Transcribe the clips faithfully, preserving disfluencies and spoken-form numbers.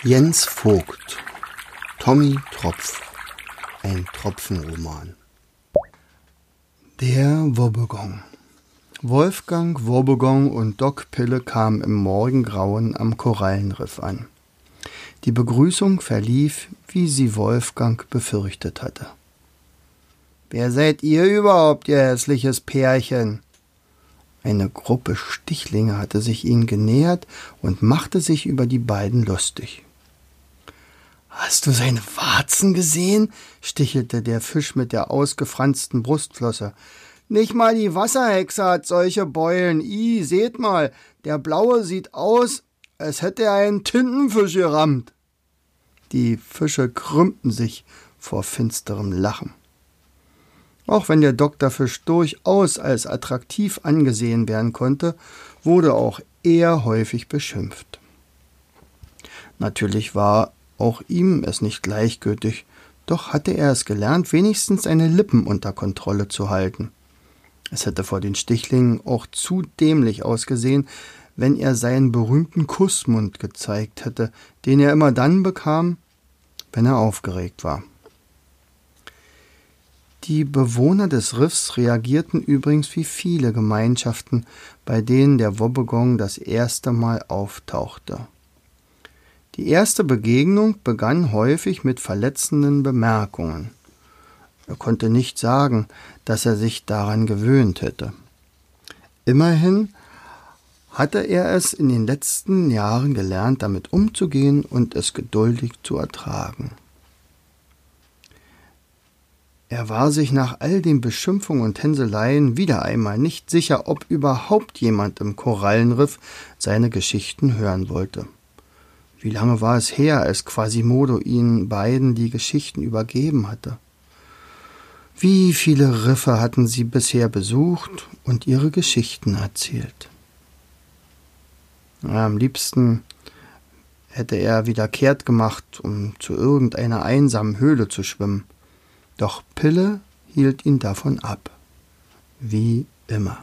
Jens Vogt, Tommy Tropf, ein Tropfenroman. Der Wobbegong. Wolfgang Wobbegong und Doc Pille kamen im Morgengrauen am Korallenriff an. Die Begrüßung verlief, wie sie Wolfgang befürchtet hatte. »Wer seid ihr überhaupt, ihr hässliches Pärchen?« Eine Gruppe Stichlinge hatte sich ihnen genähert und machte sich über die beiden lustig. »Hast du seine Warzen gesehen?« stichelte der Fisch mit der ausgefransten Brustflosse. »Nicht mal die Wasserhexe hat solche Beulen. I, seht mal, der Blaue sieht aus, als hätte er einen Tintenfisch gerammt.« Die Fische krümmten sich vor finsterem Lachen. Auch wenn der Doktorfisch durchaus als attraktiv angesehen werden konnte, wurde auch er häufig beschimpft. Natürlich war auch ihm es nicht gleichgültig, doch hatte er es gelernt, wenigstens seine Lippen unter Kontrolle zu halten. Es hätte vor den Stichlingen auch zu dämlich ausgesehen, wenn er seinen berühmten Kussmund gezeigt hätte, den er immer dann bekam, wenn er aufgeregt war. Die Bewohner des Riffs reagierten übrigens wie viele Gemeinschaften, bei denen der Wobbegong das erste Mal auftauchte. Die erste Begegnung begann häufig mit verletzenden Bemerkungen. Er konnte nicht sagen, dass er sich daran gewöhnt hätte. Immerhin hatte er es in den letzten Jahren gelernt, damit umzugehen und es geduldig zu ertragen. Er war sich nach all den Beschimpfungen und Hänseleien wieder einmal nicht sicher, ob überhaupt jemand im Korallenriff seine Geschichten hören wollte. Wie lange war es her, als Quasimodo ihnen beiden die Geschichten übergeben hatte? Wie viele Riffe hatten sie bisher besucht und ihre Geschichten erzählt? Ja, am liebsten hätte er wieder kehrt gemacht, um zu irgendeiner einsamen Höhle zu schwimmen. Doch Pille hielt ihn davon ab. Wie immer.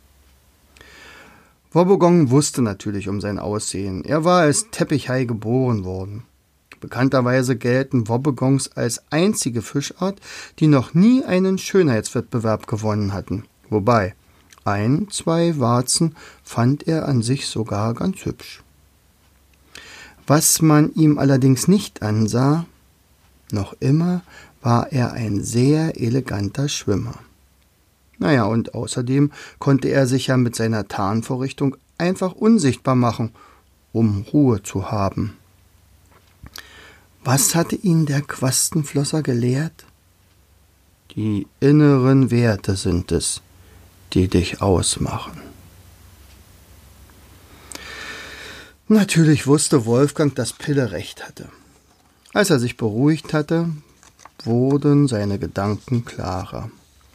Wobbegong wusste natürlich um sein Aussehen. Er war als Teppichhai geboren worden. Bekannterweise gelten Wobbegongs als einzige Fischart, die noch nie einen Schönheitswettbewerb gewonnen hatten. Wobei, ein, zwei Warzen fand er an sich sogar ganz hübsch. Was man ihm allerdings nicht ansah, noch immer war er ein sehr eleganter Schwimmer. Naja, und außerdem konnte er sich ja mit seiner Tarnvorrichtung einfach unsichtbar machen, um Ruhe zu haben. Was hatte ihn der Quastenflosser gelehrt? Die inneren Werte sind es, die dich ausmachen. Natürlich wusste Wolfgang, dass Pille recht hatte. Als er sich beruhigt hatte, wurden seine Gedanken klarer.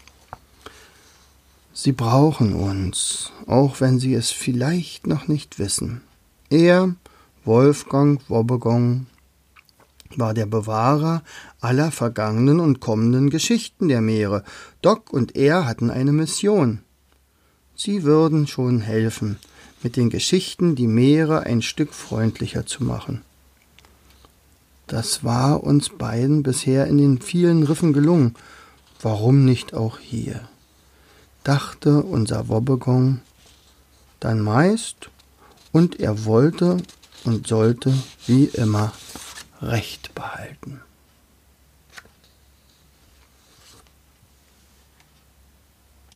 Sie brauchen uns, auch wenn sie es vielleicht noch nicht wissen. Er, Wolfgang Wobbegong, war der Bewahrer aller vergangenen und kommenden Geschichten der Meere. Doc und er hatten eine Mission. Sie würden schon helfen, mit den Geschichten die Meere ein Stück freundlicher zu machen. Das war uns beiden bisher in den vielen Riffen gelungen. Warum nicht auch hier? Dachte unser Wobbegong dann meist, und er wollte und sollte wie immer Recht behalten.